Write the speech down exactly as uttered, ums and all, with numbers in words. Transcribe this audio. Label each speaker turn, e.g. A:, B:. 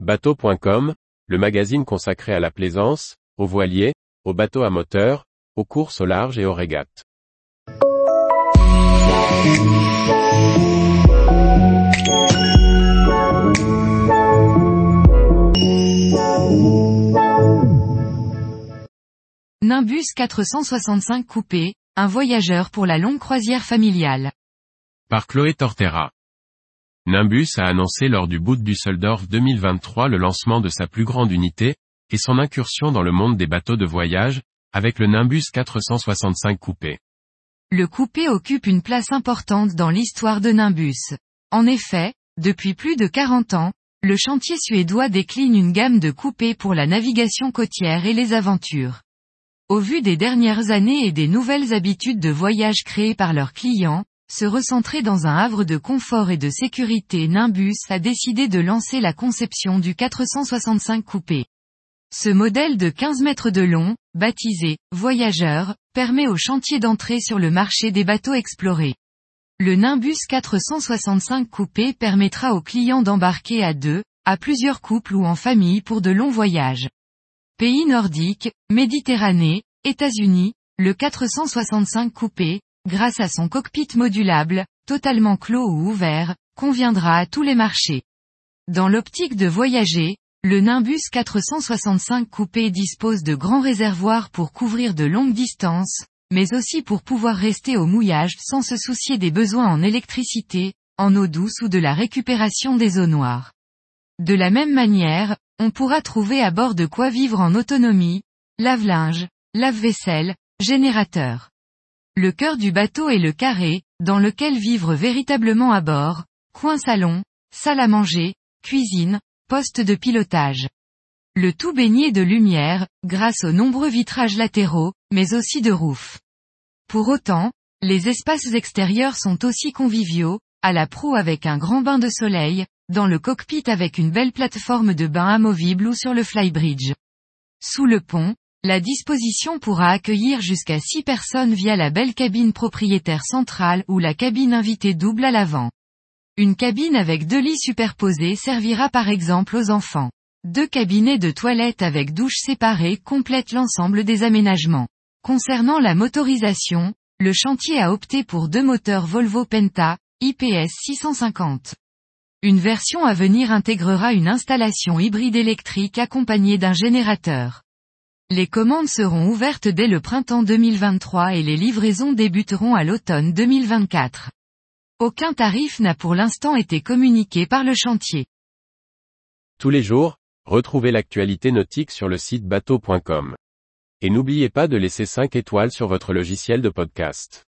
A: Bateau point com, le magazine consacré à la plaisance, aux voiliers, aux bateaux à moteur, aux courses au large et aux régates.
B: Nimbus quatre cent soixante-cinq Coupé, un voyageur pour la longue croisière familiale.
A: Par Chloé Tortera. Nimbus a annoncé lors du Boot Düsseldorf deux mille vingt-trois le lancement de sa plus grande unité, et son incursion dans le monde des bateaux de voyage, avec le Nimbus quatre cent soixante-cinq Coupé.
B: Le coupé occupe une place importante dans l'histoire de Nimbus. En effet, depuis plus de quarante ans, le chantier suédois décline une gamme de coupés pour la navigation côtière et les aventures. Au vu des dernières années et des nouvelles habitudes de voyage créées par leurs clients, se recentrer dans un havre de confort et de sécurité, Nimbus a décidé de lancer la conception du quatre cent soixante-cinq Coupé. Ce modèle de quinze mètres de long, baptisé « Voyageur », permet au chantier d'entrer sur le marché des bateaux explorés. Le Nimbus quatre cent soixante-cinq Coupé permettra aux clients d'embarquer à deux, à plusieurs couples ou en famille pour de longs voyages. Pays nordiques, Méditerranée, États-Unis, le quatre cent soixante-cinq Coupé, grâce à son cockpit modulable, totalement clos ou ouvert, conviendra à tous les marchés. Dans l'optique de voyager, le Nimbus quatre cent soixante-cinq Coupé dispose de grands réservoirs pour couvrir de longues distances, mais aussi pour pouvoir rester au mouillage sans se soucier des besoins en électricité, en eau douce ou de la récupération des eaux noires. De la même manière, on pourra trouver à bord de quoi vivre en autonomie, lave-linge, lave-vaisselle, générateur. Le cœur du bateau est le carré, dans lequel vivre véritablement à bord, coin salon, salle à manger, cuisine, poste de pilotage. Le tout baigné de lumière, grâce aux nombreux vitrages latéraux, mais aussi de roof. Pour autant, les espaces extérieurs sont aussi conviviaux, à la proue avec un grand bain de soleil, dans le cockpit avec une belle plateforme de bain amovible ou sur le flybridge. Sous le pont, la disposition pourra accueillir jusqu'à six personnes via la belle cabine propriétaire centrale ou la cabine invitée double à l'avant. Une cabine avec deux lits superposés servira par exemple aux enfants. Deux cabinets de toilettes avec douche séparée complètent l'ensemble des aménagements. Concernant la motorisation, le chantier a opté pour deux moteurs Volvo Penta, I P S six cent cinquante. Une version à venir intégrera une installation hybride électrique accompagnée d'un générateur. Les commandes seront ouvertes dès le printemps deux mille vingt-trois et les livraisons débuteront à l'automne deux mille vingt-quatre. Aucun tarif n'a pour l'instant été communiqué par le chantier.
A: Tous les jours, retrouvez l'actualité nautique sur le site bateau point com. Et n'oubliez pas de laisser cinq étoiles sur votre logiciel de podcast.